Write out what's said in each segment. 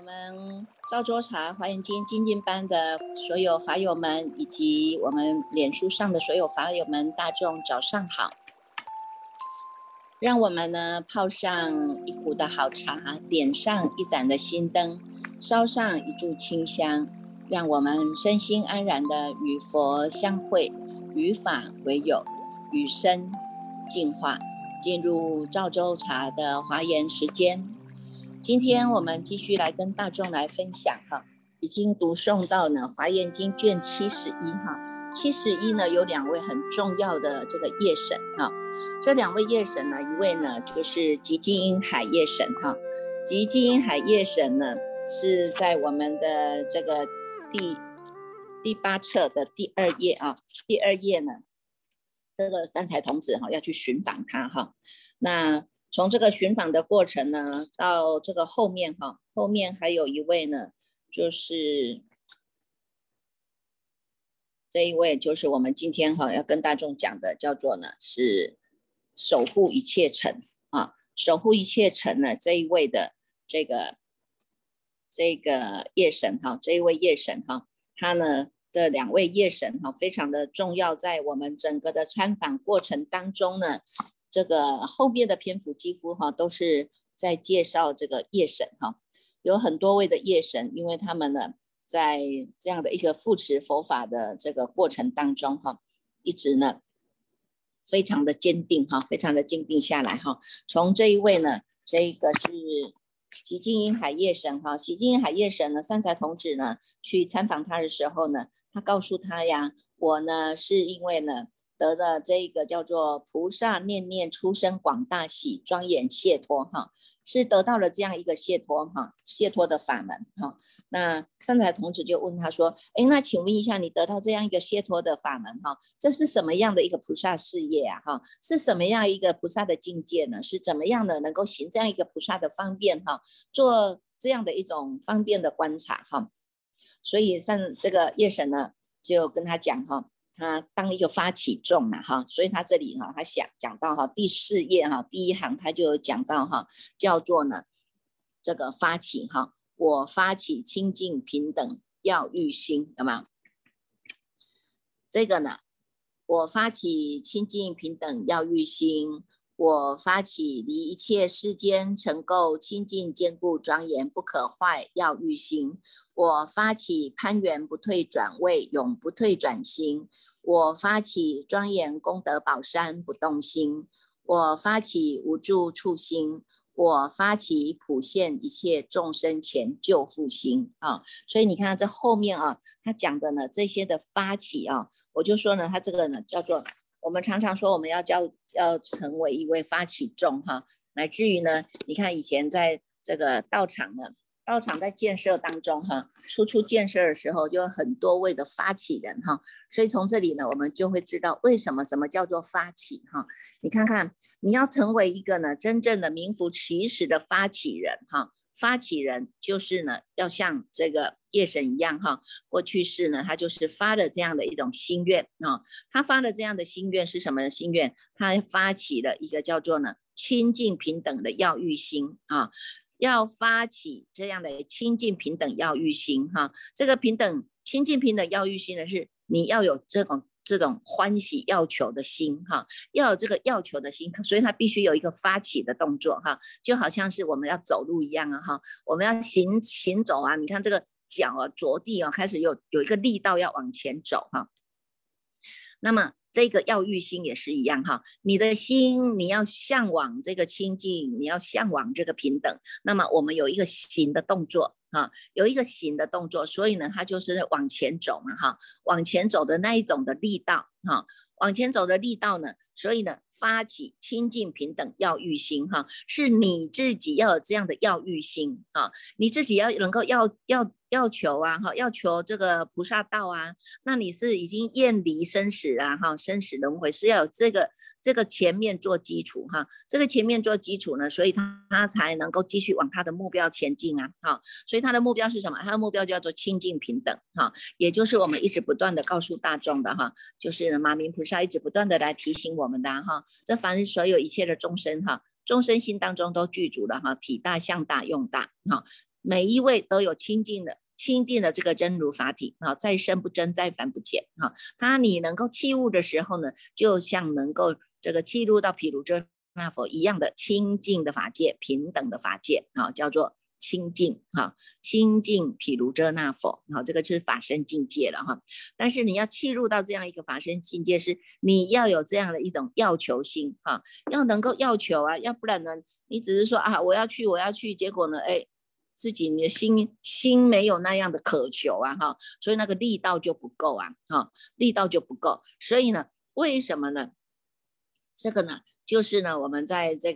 我们赵州茶华严经精进班的所有法友们，以及我们脸书上的所有法友们，大众早上好。让我们呢泡上一壶的好茶，点上一盏的心灯，烧上一炷清香，让我们身心安然的与佛相会，与法为友，与生净化，进入赵州茶的华严时间。今天我们继续来跟大众来分享哈，已经读诵到呢《华严经》卷71哈，71呢有两位很重要的这个业神哈，这两位业神呢，一位呢就是寂静因海业神哈，寂静因海业神呢是在我们的这个第8册的第2页啊，第2页呢，这个三才童子哈要去寻访他哈，那从这个寻访的过程呢，到这个后面哈，后面还有一位呢，就是这一位就是我们今天哈要跟大众讲的，叫做呢是守护一切尘啊，守护一切尘呢这一位的这个业神哈，这一位业神哈，他呢的两位业神哈非常的重要，在我们整个的参访过程当中呢。这个后面的篇幅几乎哈都是在介绍这个业神哈，有很多位的业神，因为他们呢在这样的一个护持佛法的这个过程当中哈，一直呢非常的坚定哈，非常的坚定下来哈。从这一位呢，这一个是寂静因海业神哈，寂静因海业神呢，三才童子呢去参访他的时候呢，他告诉他呀，我呢是因为呢。得的这个叫做菩萨念念出生广大喜庄严解脱哈，是得到了这样一个解脱哈，解脱的法门哈。那三才童子就问他说：“哎，那请问一下，你得到这样一个解脱的法门哈，这是什么样的一个菩萨事业啊？哈，是什么样一个菩萨的境界呢？是怎么样的能够行这样一个菩萨的方便哈，做这样的一种方便的观察哈？所以像这个业神呢，就跟他讲哈。”他当一个发起众嘛哈，所以他这里哈，他讲到哈第4页哈第1行他就有讲到哈，叫做呢这个发起哈，我发起清净平等要欲心，有没有？这个呢，我发起清净平等要欲心，我发起离一切世间成垢清净坚固庄严不可坏要欲心。我发起攀缘不退转位永不退转心，我发起庄严功德宝山不动心，我发起无住处心，我发起普现一切众生前救护心啊。所以你看这后面啊，他讲的呢这些的发起啊，我就说呢，他这个呢叫做我们常常说我们要成为一位发起众哈，乃至于呢，你看以前在这个道场呢。道场在建设当中哈，初建设的时候就有很多位的发起人哈，所以从这里呢，我们就会知道为什么什么叫做发起哈。你看看，你要成为一个呢真正的名副其实的发起人哈，发起人就是呢要像这个业神一样哈，过去世呢他就是发的这样的一种心愿啊，他发的这样的心愿是什么心愿？他发起了一个叫做呢清净平等的要欲心啊。要发起这样的清净平等要欲心哈，这个清净平等要欲心呢，是你要有这种欢喜要求的心哈，要有这个要求的心，所以它必须有一个发起的动作哈，就好像是我们要走路一样啊哈，我们要行走啊，你看这个脚啊着地啊，开始有一个力道要往前走哈，那么。这个要欲心也是一样哈，你的心你要向往这个清净，你要向往这个平等，那么我们有一个行的动作哈，有一个行的动作，所以呢，它就是往前走嘛哈，往前走的那一种的力道哈，往前走的力道呢，所以呢，发起清净平等要欲心哈，是你自己要有这样的要欲心啊，你自己要能够要求啊哈，要求这个菩萨道啊，那你是已经厌离生死啊哈，生死轮回是要有这个前面做基础哈，这个前面做基础呢，所以他才能够继续往他的目标前进啊哈，所以他的目标是什么？他的目标叫做清净平等哈，也就是我们一直不断的告诉大众的哈，就是马明菩萨一直不断的来提醒我们的哈，这凡所有一切的众生哈，众生心当中都具足了哈，体大、相大、用大哈。 每一位都有清净的这个真如法体啊，再生不增，再凡不减啊。你能够契悟的时候呢，就像能够这个契入到毗卢遮那佛一样的清净的法界，平等的法界啊，叫做清净哈，清净毗卢遮那佛啊，这个是法身境界了哈。但是你要契入到这样一个法身境界，是你要有这样的一种要求心哈，要能够要求啊，要不然呢，你只是说啊我要去，结果呢，自己你的心没有那样的渴求啊哈，所以那个力道就不够啊哈，力道就不够。所以呢，为什么呢？这个呢，就是呢，我们在这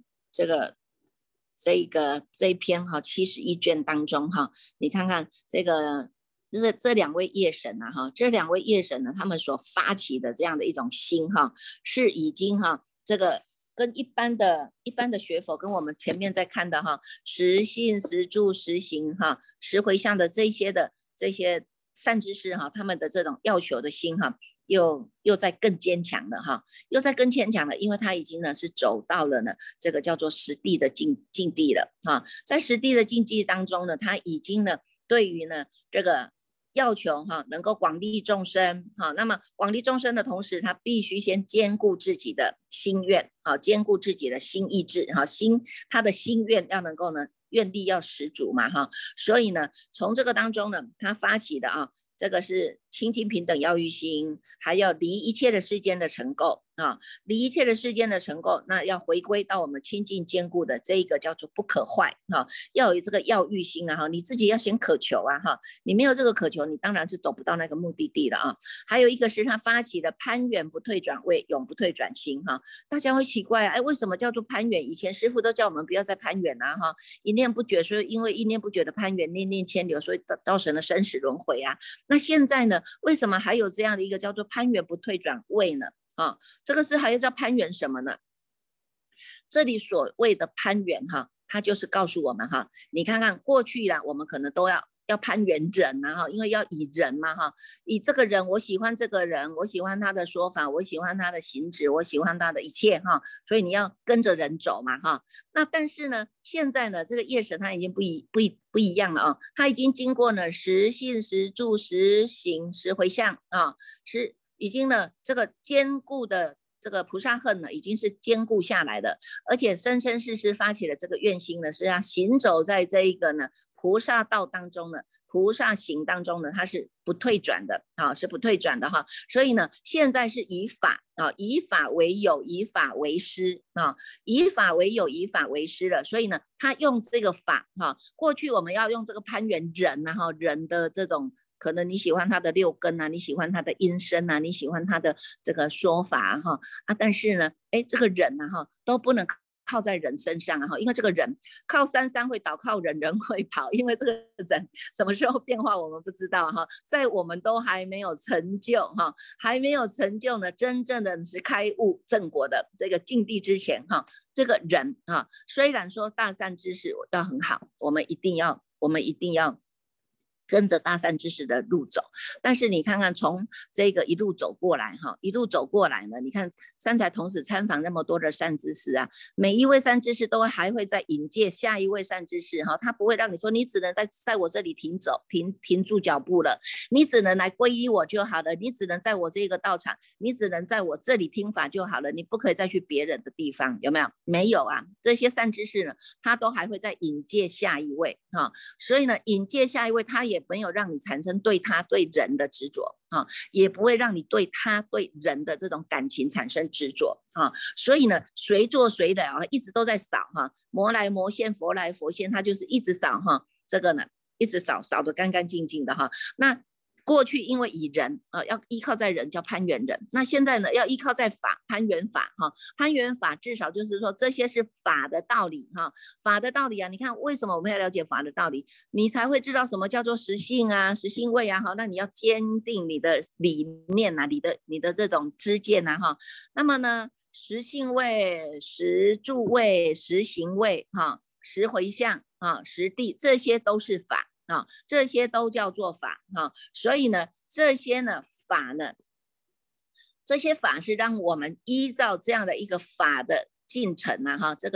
一篇哈71卷当中哈，你看看这两位业神啊哈，这两位业神呢，他们所发起的这样的一种心哈，是已经哈这个跟一般的学佛，跟我们前面在看的哈实信实住实行哈实回向的这些善知识哈，他们的这种要求的心哈。又在更坚强了哈，又在更坚强了，因为他已经呢是走到了呢这个叫做实地的境地了哈，在实地的境地当中呢，他已经呢对于呢这个要求哈能够广利众生哈，那么广利众生的同时，他必须先兼顾自己的心愿啊，兼顾自己的心意志哈，他的心愿要能够呢愿力要十足嘛哈，所以呢从这个当中呢，他发起的啊。这个是清净平等要欲心，还要离一切的世间的尘垢啊，离一切的世间的尘垢，那要回归到我们清净坚固的这一个叫做不可坏哈，要有这个要欲心啊哈，你自己要先渴求啊哈，你没有这个渴求，你当然是走不到那个目的地了啊。还有一个是他发起的攀缘不退转位，永不退转心哈，大家会奇怪啊，为什么叫做攀缘？以前师父都叫我们不要再攀缘啊哈，一念不绝，所以因为一念不绝的攀缘，念念牵流，所以造成了生死轮回啊。那现在呢，为什么还有这样的一个叫做攀缘不退转位呢？这个是还要叫攀缘什么呢？这里所谓的攀缘哈，它就是告诉我们哈，你看看过去啦，我们可能都要攀缘人啊哈，因为要以人嘛哈，以这个人，我喜欢这个人，我喜欢他的说法，我喜欢他的行止，我喜欢他的一切哈，所以你要跟着人走嘛哈。那但是呢，现在呢，这个业神他已经不一样了啊，他已经经过呢实信实住实行实回向啊，已经呢这个坚固的。这个菩萨恨呢，已经是坚固下来的，而且生生世世发起的这个愿心呢，是要行走在这一个呢菩萨道当中呢，菩萨行当中呢，它是不退转的啊，是不退转的哈。所以呢，现在是以法啊，以法为有，以法为师啊，以法为有，以法为师了。所以呢，他用这个法哈，过去我们要用这个攀缘人啊哈，人的这种。可能你喜欢他的六根啊，你喜欢他的音声啊，你喜欢他的这个说法哈但是呢，这个人啊哈都不能靠在人身上啊，因为这个人靠山会倒，靠人会跑，因为这个人什么时候变化我们不知道哈，在我们都还没有成就哈，还没有成就呢，真正的是开悟正果的这个境地之前哈，这个人虽然说大善知识要很好，我们一定要跟着大善知识的路走，但是你看看从这个一路走过来哈，一路走过来呢，你看三才童子参访那么多的善知识啊，每一位善知识都还会再引荐下一位善知识哈，他不会让你说你只能在我这里停住脚步了，你只能来皈依我就好了，你只能在我这个道场，你只能在我这里听法就好了，你不可以再去别人的地方，有没有？没有啊，这些善知识呢，他都还会再引荐下一位哈，所以呢，引荐下一位，他也没有让你产生对他对人的执着也不会让你对他对人的这种感情产生执着所以呢，随做随了一直都在扫魔来魔现，佛来佛现，他就是一直扫这个呢，一直扫得干干净净的那过去因为以人要依靠在人叫攀缘人，那现在呢要依靠在法攀缘法攀缘法至少就是说这些是法的道理法的道理你看为什么我们要了解法的道理，你才会知道什么叫做实性啊实性位那你要坚定你的理念你的这种知见那么呢实性位实住位实行位实回向实地，这些都是法这些都叫做法所以呢，这些呢法呢，这些法是让我们依照这样的一个法的进程这个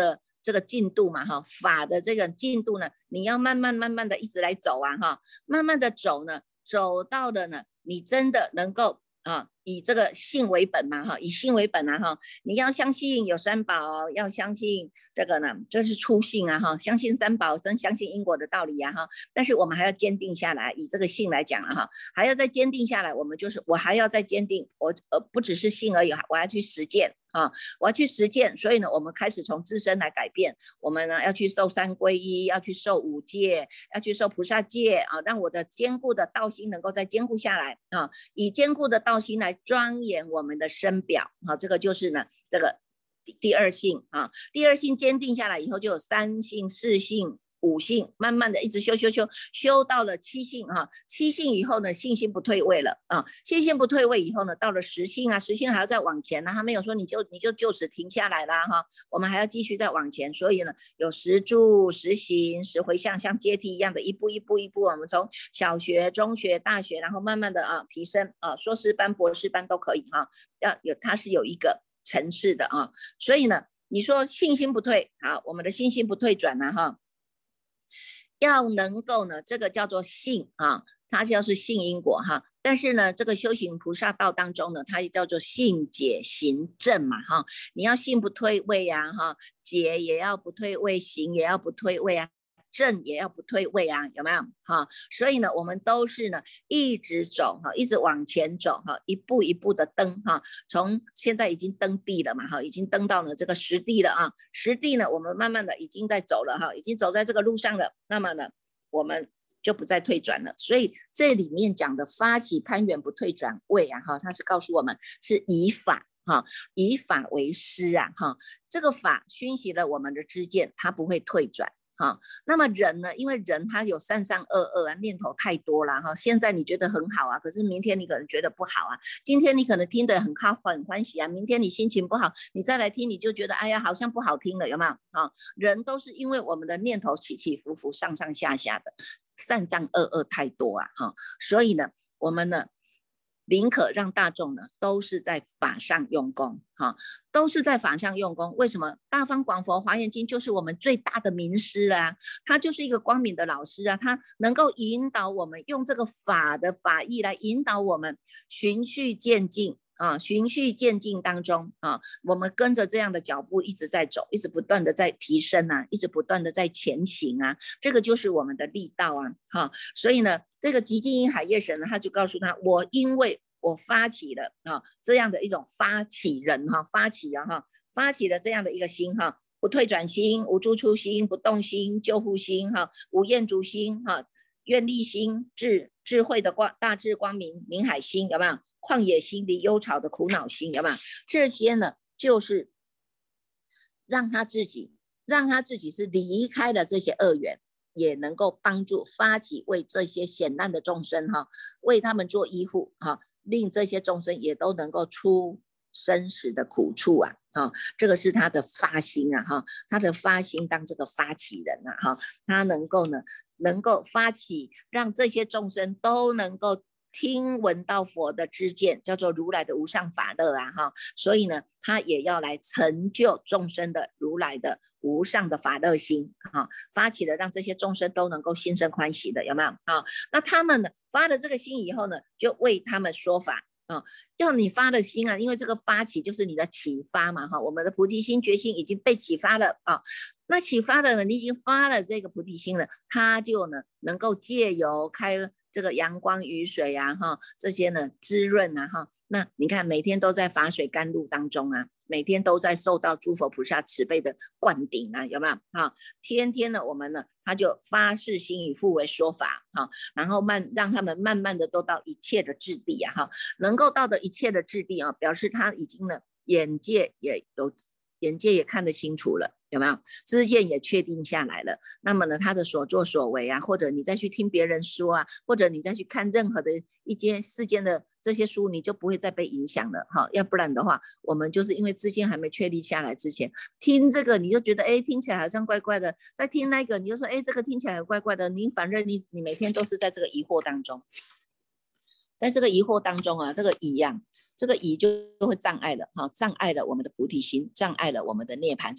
这个进度嘛哈，法的这个进度呢，你要慢慢的一直来走啊哈，慢慢的走呢，走到的呢，你真的能够以这个信为本嘛哈，以信为本啊哈，你要相信有三宝，要相信这个呢，这是初信啊哈，相信三宝，相信因果的道理啊哈，但是我们还要坚定下来，以这个信来讲啊哈，还要再坚定下来，我们就是我还要再坚定，我不只是信而已，我要去实践啊，我要去实践，所以呢，我们开始从自身来改变，我们呢要去受三皈依，要去受五戒，要去受菩萨戒啊，让我的坚固的道心能够再坚固下来啊，以坚固的道心来庄严我们的身表啊，这个就是呢这个第二性啊，第二性坚定下来以后，就有三性、四性、五性，慢慢的一直修到了七性啊，七性以后呢，信心不退位了啊，信心不退位以后呢，到了十性啊，十性还要再往前呢，他没有说你就此停下来啦哈，我们还要继续再往前，所以呢，有十住、十行、十回向，像阶梯一样的一步一步，我们从小学、中学、大学，然后慢慢的提升硕士班、博士班都可以哈，它是有一个层次的啊，所以呢，你说信心不退，好，我们的信心不退转了哈。要能够呢，这个叫做信啊，它就是信因果哈。但是呢，这个修行菩萨道当中呢，它也叫做信解行证嘛哈。你要信不退位啊哈，解也要不退位，行也要不退位啊。正也要不退位啊，有没有哈？所以呢，我们都是呢一直走哈，一直往前走哈，一步一步的登哈。从现在已经登地了嘛哈，已经登到了这个实地了啊。实地呢，我们慢慢的已经在走了哈，已经走在这个路上了。那么呢，我们就不再退转了。所以这里面讲的发起攀援不退转位啊哈，它是告诉我们是以法。哈，以法为师啊，哈，这个法熏习了我们的知见，它不会退转。哈，那么人呢？因为人他有三三二二啊，念头太多了哈。现在你觉得很好啊，可是明天你可能觉得不好啊。今天你可能听得很欢喜啊，明天你心情不好，你再来听你就觉得哎呀好像不好听了，有没有啊？人都是因为我们的念头起起伏伏、上上下下的，三藏二二太多啊哈。所以呢，我们呢宁可让大众呢都是在法上用功哈，都是在法上用功。为什么？大方广佛华严经就是我们最大的名师啊，他就是一个光明的老师啊，他能够引导我们用这个法的法义来引导我们循序渐进啊，循序渐进当中啊，我们跟着这样的脚步一直在走，一直不断的在提升啊，一直不断的在前行啊，这个就是我们的力道啊哈。所以呢，这个寂静因海业神呢，他就告诉他，我因为我发起了这样的一种发起人哈，发起了这样的一个心哈，不退转心，无住处心，不动心，救护心哈，无厌足心哈，愿力心，智慧的大智光明明海心，有没有？旷野心离忧草的苦恼心，有没有？这些呢，就是让他自己是离开了这些恶缘，也能够帮助发起为这些险难的众生哈，为他们做依护哈，令这些众生也都能够出生死的苦处啊！这个是他的发心啊！哈，他的发心当这个发起人啊！哈，他能够发起，让这些众生都能够听闻到佛的知见，叫做如来的无上法乐啊！哈，所以呢，他也要来成就众生的如来的无上的法乐心啊！发起了让这些众生都能够心生欢喜的，有没有啊？那他们呢发了这个心以后呢，就为他们说法。要你发的心啊，因为这个发起就是你的启发嘛哈，我们的菩提心决心已经被启发了啊，那启发的呢，你已经发了这个菩提心了，他就呢能够借由开这个阳光雨水啊哈，这些呢滋润啊哈，那你看每天都在法水甘露当中啊，每天都在受到诸佛菩萨慈悲的灌顶啊，有没有啊？天天呢我们呢他就发誓心以复为说法哈，然后让他们慢慢的都到一切的智地啊哈，能够到的一切的智地啊，表示他已经呢眼界也看得清楚了，有没有？知见也确定下来了。那么呢，他的所作所为啊，或者你再去听别人说啊，或者你再去看任何的一些世间的这些书，你就不会再被影响了哈。要不然的话，我们就是因为知见还没确立下来之前，听这个你就觉得哎，听起来好像怪怪的；再听那个，你就说哎，这个听起来怪怪的。反正你每天都是在这个疑惑当中，在这个疑惑当中啊，这个疑啊。这个疑就会障碍了哈，障碍了我们的菩提心，障碍了我们的涅槃性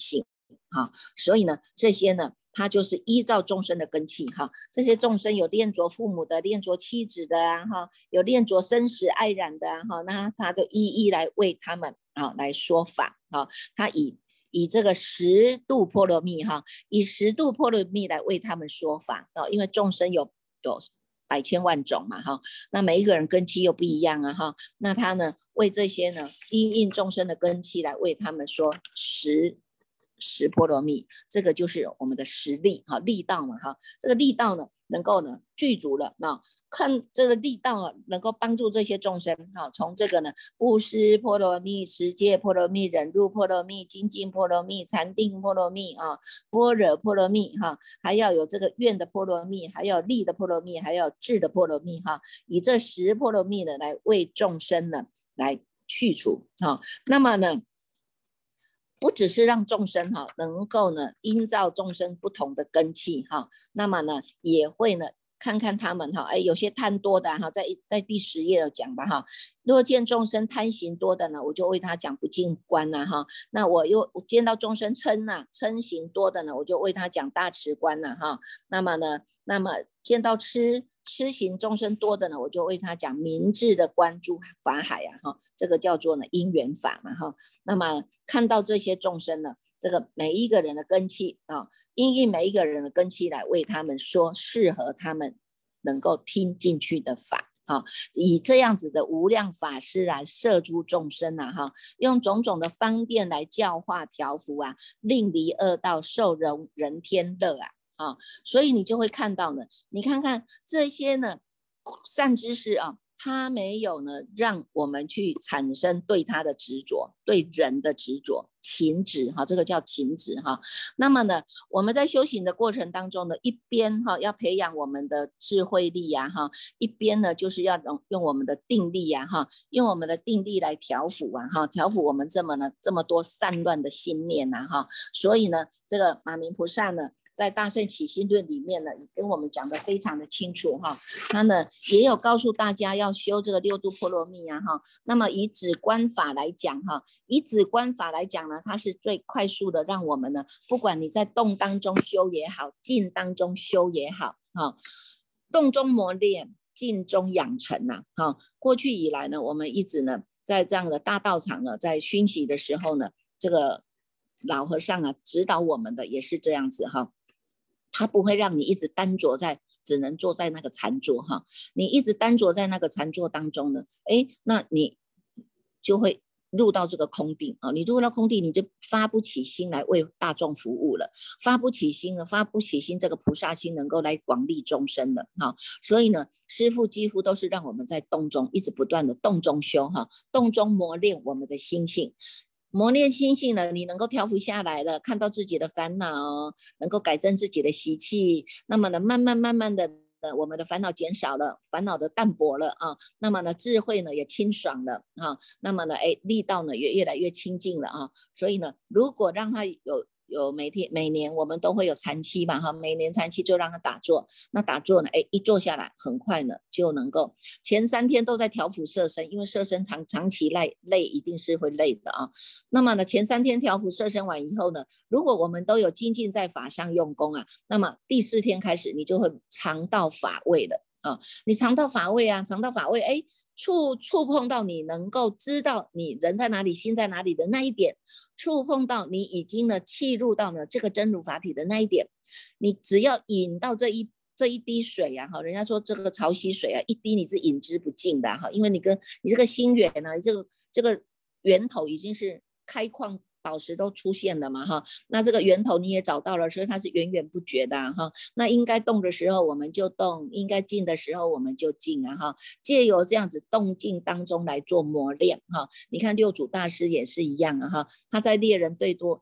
哈。所以呢，这些呢，它就是依照众生的根器哈。这些众生有恋着父母的，恋着妻子的啊哈，有恋着生死爱染的啊哈，那他都一一来为他们啊来说法啊。他以这个十度波罗蜜哈，以十度波罗蜜来为他们说法啊，因为众生有百千万种嘛哈，那每一个人根器又不一样啊哈，那他呢为这些呢因应众生的根器来为他们说十波罗蜜，这个就是我们的十力哈，力道嘛哈，这个力道呢能够呢具足了，那看这个力道啊，能够帮助这些众生哈，从这个呢布施波罗蜜、持戒波罗蜜、忍辱波罗蜜、精进波罗蜜、禅定波罗蜜啊、般若波罗蜜哈，还要有这个愿的波罗蜜，还有力的波罗蜜，还有智的波罗蜜哈，以这十波罗蜜呢来为众生呢来去除哈，那么呢。不只是让众生哈能够呢依照众生不同的根器哈，那么呢也会呢看看他们哈，哎有些贪多的哈，在第10页有讲吧哈，若见众生贪行多的呢，我就为他讲不净观呐哈，那我见到众生嗔行多的呢，我就为他讲大持观呐哈，那么见到痴行众生多的呢，我就为他讲明智的观诸法海啊哈，这个叫做呢因缘法嘛哈。那么看到这些众生呢，这个每一个人的根器啊，因应每一个人的根器来为他们说适合他们能够听进去的法。啊，以这样子的无量法师来摄诸众生啊，哈，用种种的方便来教化调伏啊，令离恶道，受人天乐啊。啊，所以你就会看到呢，你看看这些呢善知识啊，他没有呢让我们去产生对他的执着，对人的执着，情执哈，这个叫情执哈。那么呢，我们在修行的过程当中呢，一边哈要培养我们的智慧力呀哈，一边呢就是要用我们的定力呀哈，用我们的定力来调伏啊哈，调伏我们这么多散乱的心念呐哈。所以呢，这个马明菩萨呢。在大圣起心论里面呢，跟我们讲的非常的清楚哈，他呢也有告诉大家要修这个6度波罗蜜啊哈。那么以止观法来讲哈，以止观法来讲呢，它是最快速的，让我们呢，不管你在动当中修也好，静当中修也好，哈，动中磨练，静中养成呐，哈。过去以来呢，我们一直呢在这样的大道场呢，在熏习的时候呢，这个老和尚啊指导我们的也是这样子哈。他不会让你一直单着在，只能坐在那个禅坐哈。你一直单着在那个禅坐当中呢，哎，那你就会入到这个空定啊。你入到空定，你就发不起心来为大众服务了，发不起心了，发不起心这个菩萨心能够来广利众生的哈。所以呢，师父几乎都是让我们在动中一直不断的动中修哈，动中磨练我们的心性。磨练心性呢，你能够调伏下来了，看到自己的烦恼，能够改正自己的习气，那么呢，慢慢的，我们的烦恼减少了，烦恼的淡薄了啊，那么呢，智慧呢也清爽了啊，那么呢，哎，力道呢也越来越清净了啊，所以呢，如果让他有每年我们都会有禅期嘛哈，每年禅期就让他打坐，那打坐呢，哎，一坐下来很快呢就能够，前3天都在调伏色身，因为色身长期累一定是会累的啊。那么呢，前3天调伏色身完以后呢，如果我们都有精进在法上用功啊，那么第4天开始你就会尝到法味了。啊，你尝到法味啊，尝到法味，哎，触碰到你能够知道你人在哪里，心在哪里的那一点，触碰到你已经呢契入到了这个真如法体的那一点，你只要引到这一滴水啊，哈，人家说这个潮汐水啊，一滴你是引之不尽的哈，因为你这个心源啊，这个源头已经是开矿。宝石都出现了嘛哈，那这个源头你也找到了，所以它是源源不绝的哈。那应该动的时候我们就动，应该静的时候我们就静啊哈。借由这样子动静当中来做磨练哈。你看六祖大师也是一样啊哈，他在猎人队中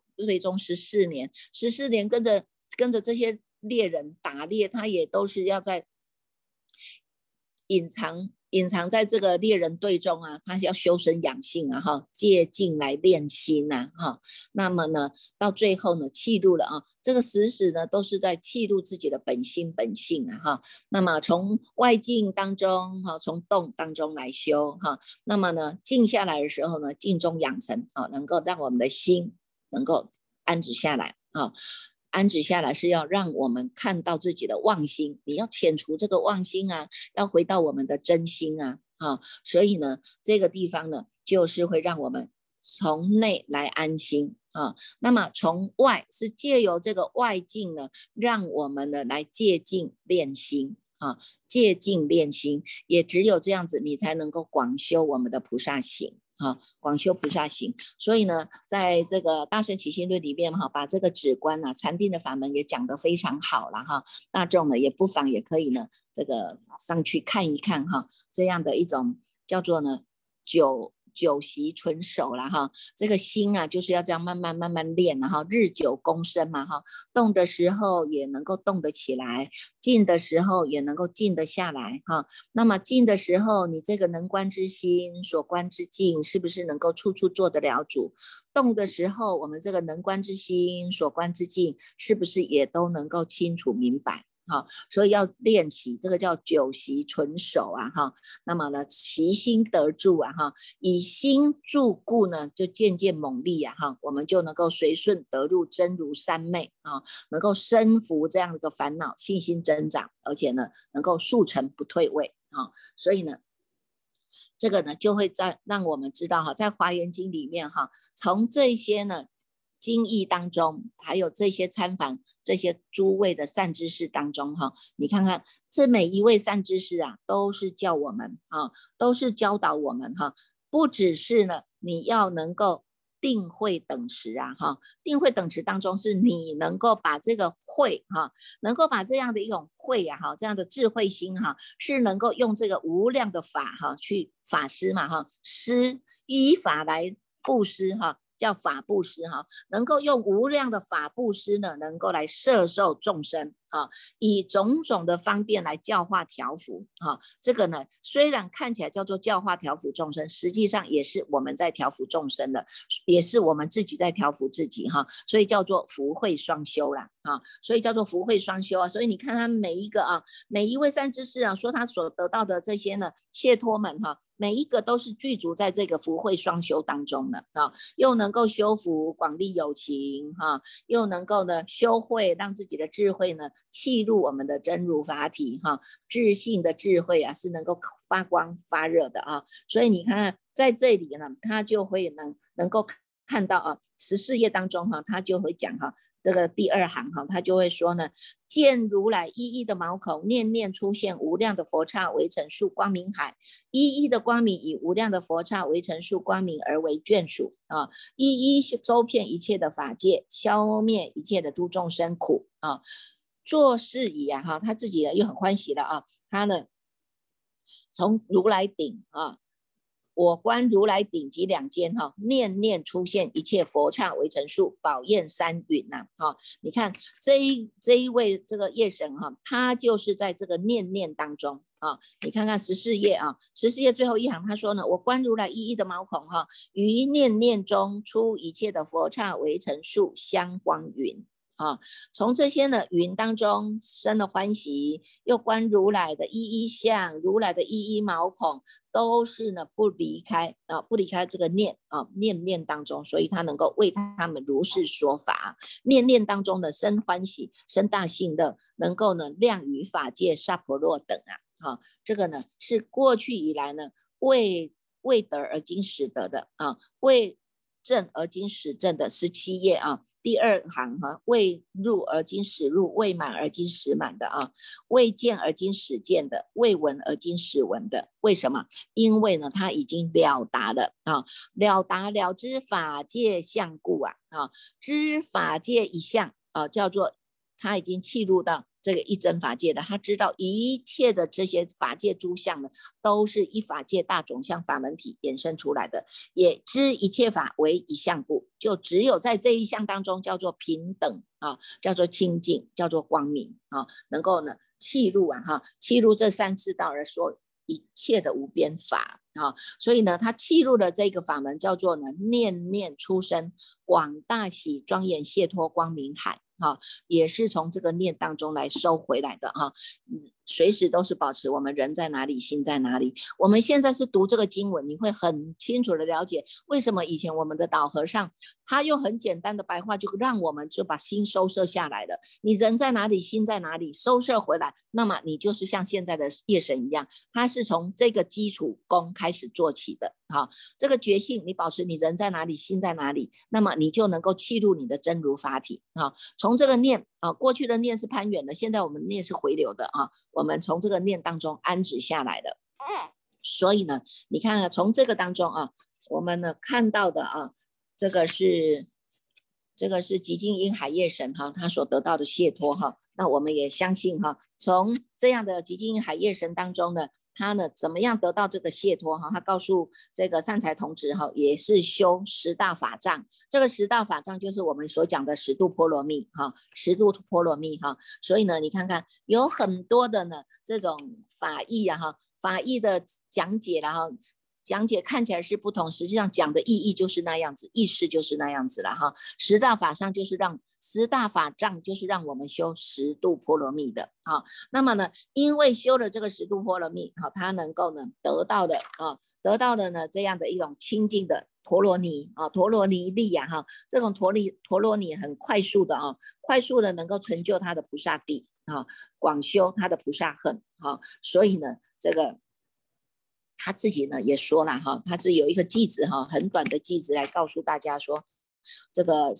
14年，14年跟着这些猎人打猎，他也都是要在隐藏在这个猎人队中啊，他要修身养性啊，哈，借静来练心呐，哈。那么呢，到最后呢，契入了啊，这个时呢，都是在契入自己的本心本性啊，哈。那么从外境当中哈，从动当中来修哈。那么呢，静下来的时候呢，静中养成啊，能够让我们的心能够安止下来啊。安止下来是要让我们看到自己的妄心，你要遣除这个妄心啊，要回到我们的真心啊，所以呢，这个地方呢，就是会让我们从内来安心啊。那么从外是借由这个外境呢，让我们呢来借境练心啊，借境练心，也只有这样子，你才能够广修我们的菩萨行。广修菩萨行，所以呢，在这个大乘起信论里面把这个止观啊、禅定的法门也讲得非常好了哈。大众呢也不妨也可以呢，这个上去看一看哈，这样的一种叫做呢久习纯熟了哈，这个心啊就是要这样慢慢练，然后日久功深嘛哈，动的时候也能够动得起来，静的时候也能够静得下来哈。那么静的时候，你这个能观之心所观之境是不是能够处处做得了主？动的时候，我们这个能观之心所观之境是不是也都能够清楚明白？所以要练习，这个叫久习纯熟啊哈。那么呢，其心得住啊哈，以心住故呢，就渐渐猛力啊哈，我们就能够随顺得入真如三昧啊，能够升服这样的一个烦恼，信心增长，而且呢，能够速成不退位啊。所以呢，这个呢就会让我们知道哈，在华严经里面哈，从这些呢经义当中，还有这些参访这些诸位的善知识当中哈，你看看这每一位善知识啊，都是叫我们都是教导我们不只是呢你要能够定慧等持啊定慧等持当中是你能够把这个慧能够把这样的一种慧啊这样的智慧心是能够用这个无量的法去法施嘛施依法来布施叫法布施能够用无量的法布施呢，能够来摄受众生以种种的方便来教化调伏这个呢，虽然看起来叫做教化调伏众生，实际上也是我们在调伏众生的，也是我们自己在调伏自己所以叫做福慧双修啦所以叫做福慧双修所以你看他每一个每一位善知识说他所得到的这些呢解脱们每一个都是具足在这个福慧双修当中的又能够修福广利有情又能够呢修慧，让自己的智慧呢契入我们的真如法体智性的智慧是能够发光发热的所以你看在这里呢，他就会能够看到14页当中他就会讲这个第2行他就会说呢，见如来一一的毛孔，念念出现无量的佛刹围成数光明海，一一的光明以无量的佛刹围成数光明而为眷属一一周遍一切的法界，消灭一切的诸众生苦做事以他自己又很欢喜了他呢从如来顶我观如来顶级两间念念出现一切佛刹围成数宝焰山云你看这一位这个夜神他就是在这个念念当中你看看14页14页最后一行他说呢，我观如来一一的毛孔于念念中出一切的佛刹围成数香光云从这些呢云当中生了欢喜，又观如来的一一相，如来的一一毛孔，都是呢不离开这个念念当中，所以他能够为他们如是说法，念念当中呢生欢喜，生大信乐，能够呢量于法界萨婆若等这个呢是过去以来呢未得而今始得的未证而今始证的17页第2行未入而今始入，未满而今始满的未见而今始见的，未闻而今始闻的。为什么？因为呢，他已经了达了了达了知法界相故知法界一相叫做他已经契入到这个一真法界的，他知道一切的这些法界诸相呢，都是一法界大种相法门体衍生出来的，也知一切法为一相故，就只有在这一项当中叫做平等叫做清净，叫做光明能够呢契入契入这3世道而说一切的无边法所以呢他契入的这个法门叫做呢念念出生广大喜庄严解脱光明海也是从这个念当中来收回来的随时都是保持我们人在哪里，心在哪里。我们现在是读这个经文，你会很清楚的了解为什么以前我们的导和尚他用很简单的白话就让我们就把心收摄下来了。你人在哪里，心在哪里，收摄回来，那么你就是像现在的夜神一样，他是从这个基础功开始做起的。好，这个觉性你保持你人在哪里，心在哪里，那么你就能够契入你的真如法体。从这个念过去的念是攀缘的，现在我们念是回流的我们从这个念当中安止下来了。所以呢，你看从这个当中我们呢看到的这个是极尽因海业神他所得到的解脱那我们也相信从这样的极尽因海业神当中呢，他呢怎么样得到这个解脱他告诉这个善财童子也是修十大法藏。这个十大法藏就是我们所讲的十度波罗蜜所以呢，你看看有很多的呢这种法义法义的讲解讲解看起来是不同，实际上讲的意义就是那样子，意思就是那样子了十大法藏就是让我们修十度波罗蜜的那么呢，因为修了这个十度波罗蜜它能够呢得到的呢这样的一种清净的陀罗尼力这种陀罗尼很快速的能够成就他的菩萨地广修他的菩萨恨所以呢这个他自己呢也说了他自己有一个偈子很短的偈子来告诉大家说，这个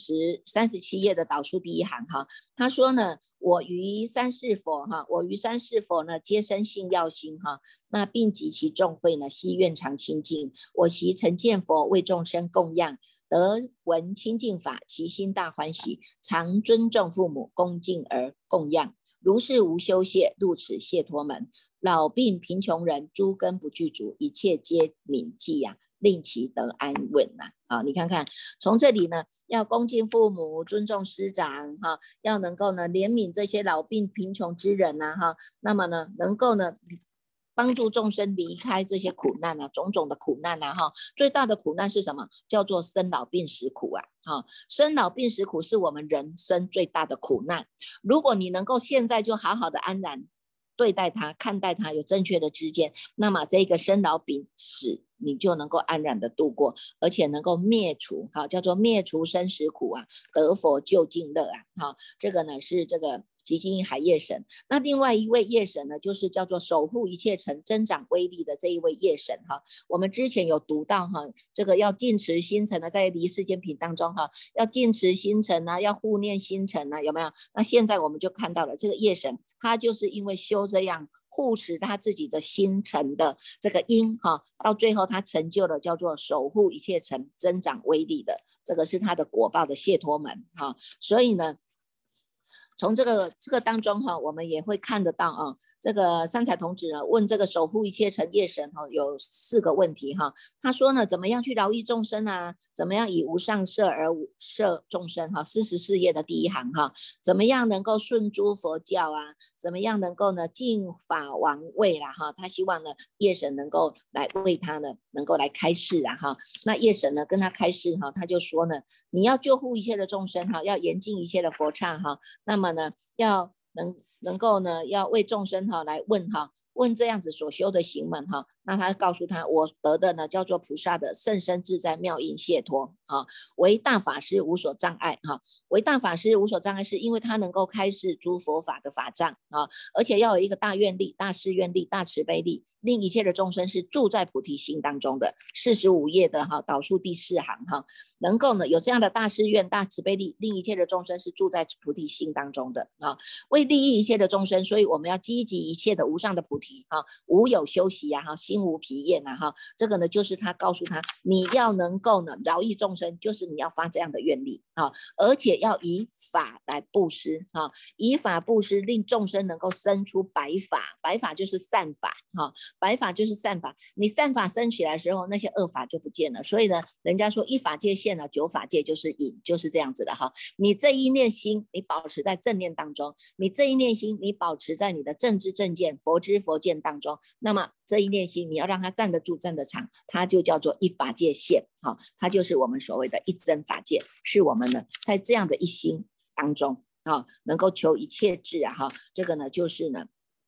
37页的导数第一行他说呢，我于三世佛呢皆生信要心那并及其众会呢悉愿常清净，我习成见佛为众生供养，得闻清净法，其心大欢喜，常尊重父母，恭敬而供养，如是无休谢，入此解脱门。老病贫穷人，诸根不具足，一切皆悯济令其得安稳你看看从这里呢，要恭敬父母，尊重师长要能够呢怜悯这些老病贫穷之人那么呢能够呢帮助众生离开这些苦难种种的苦难最大的苦难是什么？叫做生老病死苦生老病死苦是我们人生最大的苦难。如果你能够现在就好好的安然对待它，看待它，有正确的知见，那么这个生老病死你就能够安然的度过，而且能够灭除叫做灭除生死苦得佛究竟乐这个呢是这个极尽因海业神。那另外一位业神呢，就是叫做守护一切尘增长威力的这一位业神我们之前有读到这个要净持心尘在离世间品当中要净持心尘要护念心尘有没有？那现在我们就看到了这个业神，他就是因为修这样护持他自己的心尘的这个因到最后他成就了叫做守护一切尘增长威力的，这个是他的果报的解脱门所以呢从这个当中我们也会看得到这个三彩童子呢问这个守护一切尘业神有4个问题他说呢，怎么样去饶益众生怎么样以无上摄而摄众生44页的第一行怎么样能够顺诸佛教怎么样能够呢尽法王位他希望呢业神能够来为他呢能够来开示那业神呢跟他开示他就说呢，你要救护一切的众生要严禁一切的佛刹那么呢要能够呢要为众生来问这样子所修的行门那他告诉他，我得的呢叫做菩萨的甚深自在妙音解脱为大法师无所障碍为大法师无所障碍是因为他能够开示诸佛法的法藏而且要有一个大愿力、大誓愿力、大慈悲力，令一切的众生是住在菩提心当中的。45页的导数第4行能够呢有这样的大誓愿、大慈悲力，令一切的众生是住在菩提心当中的为利益一切的众生，所以我们要积极一切的无上的菩提无有休息心无疲厌这个呢就是他告诉他，你要能够呢饶益众生，就是你要发这样的愿力而且要以法来布施以法布施，令众生能够生出白法。白法就是善法白法就是善法，你善法生起来的时候，那些恶法就不见了。所以呢，人家说一法界现了，9法界就是隐，就是这样子的你这一念心，你保持在正念当中，你这一念心，你保持在你的正知正见、佛知佛见当中，那么这一念心，你要让它站得住、站得长，它就叫做一法界现它就是我们所谓的一真法界，是我们呢在这样的一心当中能够求一切智这个呢就是呢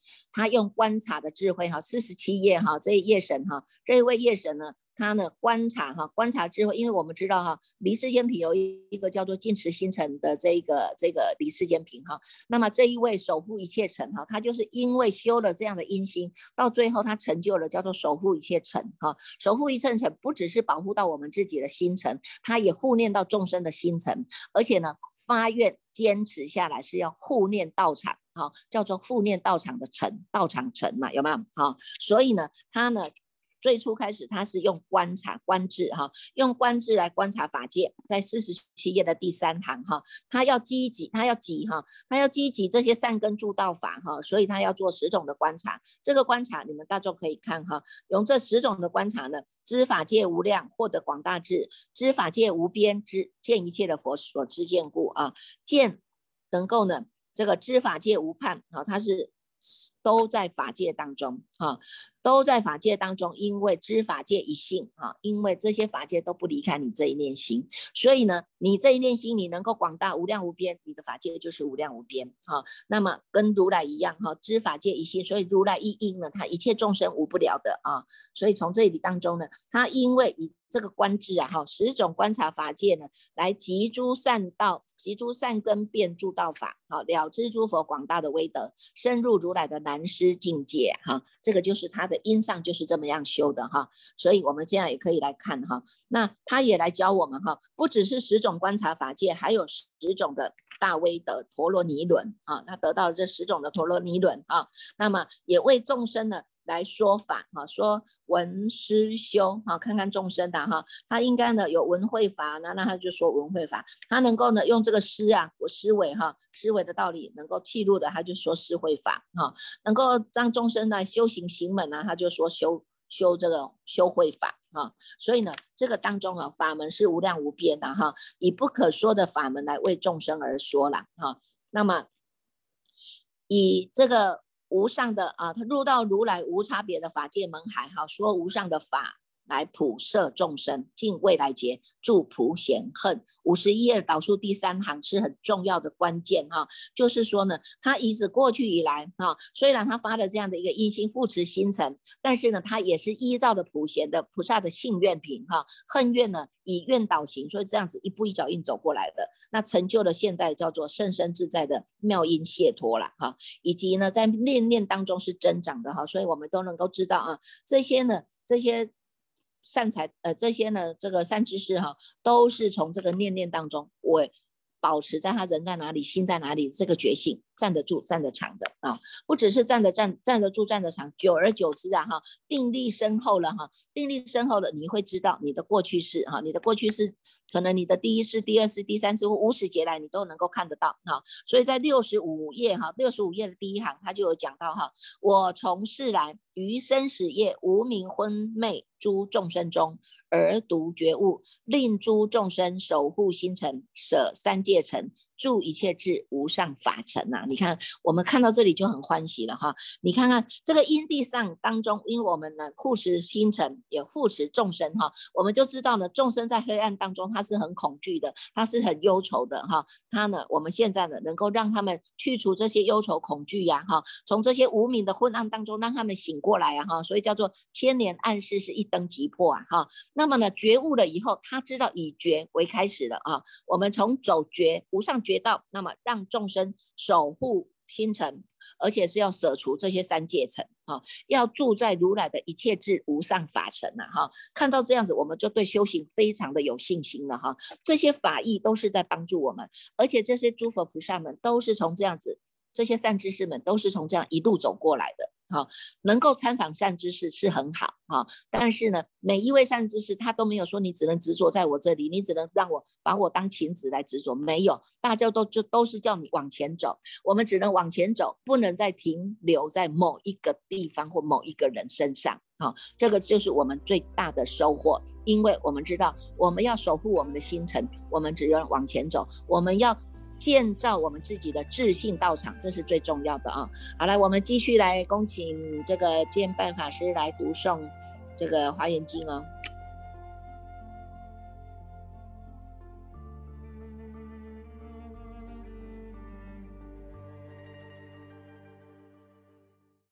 他用观察的智慧47页这一夜神这一位夜神呢，他呢观察智慧，因为我们知道离世间品有一个叫做净持星辰的这个离世间品那么这一位守护一切尘他就是因为修了这样的阴心，到最后他成就了叫做守护一切尘守护一切尘不只是保护到我们自己的心尘，他也护念到众生的心尘，而且呢发愿坚持下来是要护念道场叫做护念道场的尘，道场尘嘛，有没有所以呢他呢最初开始他是用观察观智用观智来观察法界，在47页的第3行他要积集这些善根助道法所以他要做10种的观察。这个观察你们大众可以看用这10种的观察呢，知法界无量，获得广大智；知法界无边，见一切的佛所知见故见能够呢这个知法界无判它是都在法界当中都在法界当中，因为知法界一性因为这些法界都不离开你这一念心，所以呢你这一念心你能够广大无量无边，你的法界就是无量无边那么跟如来一样知法界一性，所以如来一因呢，他一切众生无不了的所以从这里当中呢，他因为以这个观智10种观察法界呢，来集诸善道，集诸善根遍诸道法了知诸佛广大的威德，深入如来的难思境界这个就是他的因上就是这么样修的所以我们现在也可以来看那他也来教我们不只是10种观察法界，还有10种的大威德陀罗尼轮他得到这10种的陀罗尼轮那么也为众生呢来说法说闻思修看看众生的他应该呢有闻慧法那他就说闻慧法，他能够呢用这个思我思维思维的道理能够契入的，他就说思慧法能够让众生来修行行门他就说修这个修慧法所以呢这个当中法门是无量无边的以不可说的法门来为众生而说啦那么以这个无上的他入到如来无差别的法界门海说无上的法来普摄众生，尽未来劫，助普贤恨。51页导数第3行是很重要的关键就是说呢，他一直过去以来虽然他发了这样的一个因心护持心尘，但是呢，他也是依照的普贤的菩萨的信愿品恨愿呢以愿导行，所以这样子一步一脚印走过来的，那成就了现在叫做甚深自在的妙音解脱了以及呢在念念当中是增长的所以我们都能够知道这些善财这些呢这个善知识都是从这个念念当中我保持在他人在哪里心在哪里这个觉性站得住站得长的不只是站得住站得长，久而久之定力深厚了定力深厚了，你会知道你的过去世你的过去世可能你的第一世第二世第三世或无始劫来你都能够看得到所以在65页65页的第1行他就有讲到我从世来于生死业无明昏昧诸众生中而独觉悟，令诸众生守护心尘，舍三界尘，助一切智无上法尘你看我们看到这里就很欢喜了你看看这个因地上当中，因为我们呢护持心尘也护持众生我们就知道呢众生在黑暗当中他是很恐惧的，他是很忧愁的他呢我们现在呢能够让他们去除这些忧愁恐惧从这些无明的昏暗当中让他们醒过来所以叫做千年暗示是一灯即破那么呢觉悟了以后，他知道以觉为开始了我们从走觉无上觉道，那么让众生守护心尘，而且是要舍除这些三界尘要住在如来的一切智无上法尘看到这样子我们就对修行非常的有信心了这些法义都是在帮助我们，而且这些诸佛菩萨们都是从这样子，这些善知识们都是从这样一路走过来的能够参访善知识是很好但是呢每一位善知识他都没有说你只能执着在我这里，你只能让我把我当棋子来执着，没有，大家都是叫你往前走，我们只能往前走，不能再停留在某一个地方或某一个人身上这个就是我们最大的收获，因为我们知道我们要守护我们的心尘，我们只要往前走，我们要建造我们自己的智信道场，这是最重要的好，来我们继续来恭请这个建办法师来读诵这个华严经